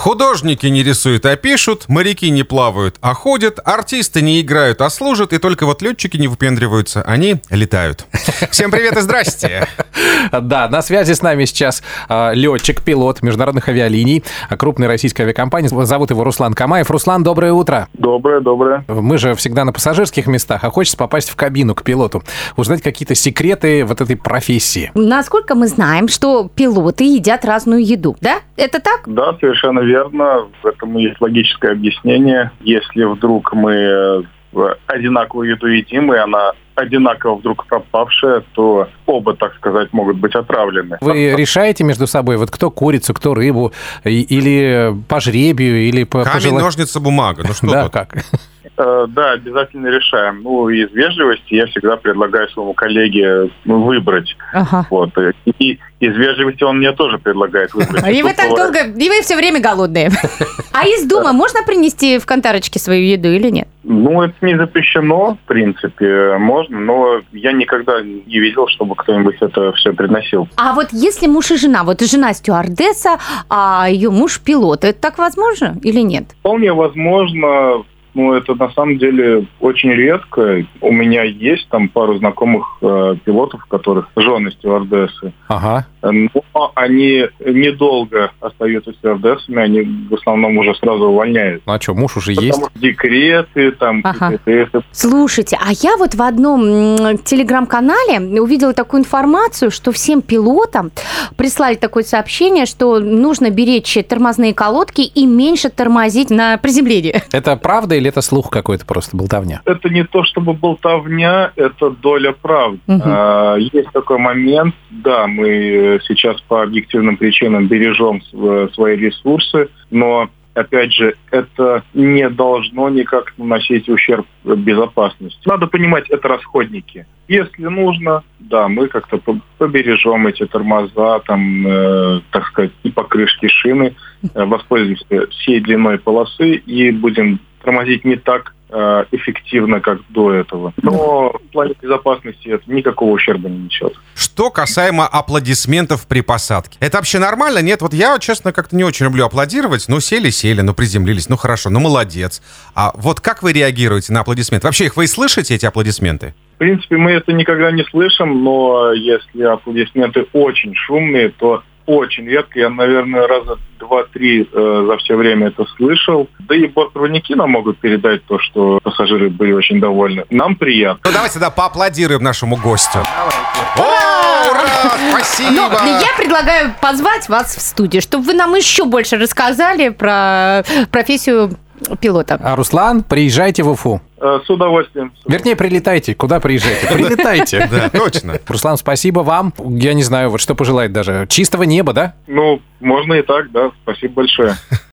Художники не рисуют, а пишут, моряки не плавают, а ходят, артисты не играют, а служат, и только вот летчики не выпендриваются, они летают. Всем привет и здрасте. Да, на связи с нами сейчас летчик, пилот международных авиалиний крупной российской авиакомпании. Зовут его Руслан Камаев. Руслан, доброе утро. Доброе. Мы же всегда на пассажирских местах, а хочется попасть в кабину к пилоту, узнать какие-то секреты вот этой профессии. Насколько мы знаем, что пилоты едят разную еду, да? Это так? Да, совершенно верно. В этом есть логическое объяснение. Если вдруг мы одинаковую еду едим, и она одинаково вдруг пропавшая, то оба, так сказать, могут быть отравлены. Вы решаете между собой, вот кто курицу, кто рыбу, или по жребию, или по Камень, ножницы, бумага. Ну что да, тут? как? Да, обязательно решаем. Из вежливости я всегда предлагаю своему коллеге выбрать. Ага. Вот. И из вежливости он мне тоже предлагает выбрать. И вы так долго, и вы все время голодные. А из дома можно принести в контарочке свою еду или нет? Это не запрещено, в принципе, можно, но я никогда не видел, чтобы кто-нибудь это все приносил. А вот если муж и жена, вот жена стюардесса, а ее муж пилот, это так возможно или нет? Вполне возможно. Это на самом деле очень редко. У меня есть там пару знакомых пилотов, у которых жены стюардессы. Ага. Но они недолго остаются стюардессами, они в основном уже сразу увольняют. Ну а что, муж уже Потому есть? что декреты, там, Ага. декреты. Слушайте, а я вот в одном телеграм-канале увидела такую информацию, что всем пилотам прислали такое сообщение, что нужно беречь тормозные колодки и меньше тормозить на приземлении. Это правда или это слух какой-то просто, болтовня? Это не то чтобы болтовня, это доля правды. Мгм. Есть такой момент, да, мы сейчас по объективным причинам бережем свои ресурсы, но, опять же, это не должно никак наносить ущерб безопасности. Надо понимать, это расходники. Если нужно, да, мы как-то побережем эти тормоза, так сказать, и покрышки шины, воспользуемся всей длиной полосы и будем тормозить не так эффективно, как до этого. Но в плане безопасности это никакого ущерба не несет. Что касаемо аплодисментов при посадке. Это вообще нормально? Нет, вот я, честно, как-то не очень люблю аплодировать. Сели, приземлились, хорошо, молодец. А вот как вы реагируете на аплодисменты? Вообще, вы слышите, эти аплодисменты? В принципе, мы это никогда не слышим, но если аплодисменты очень шумные, то очень редко. Я, наверное, раза 2-3 за все время это слышал. Да и бортпроводники нам могут передать то, что пассажиры были очень довольны. Нам приятно. Давайте тогда поаплодируем нашему гостю. О, ура! Спасибо! Но я предлагаю позвать вас в студию, чтобы вы нам еще больше рассказали про профессию пилота. А Руслан, приезжайте в Уфу. С удовольствием. Вернее, прилетайте. Куда приезжайте? Прилетайте. Да, точно. Руслан, спасибо вам. Я не знаю, вот что пожелать даже. Чистого неба, да? Можно и так, да. Спасибо большое.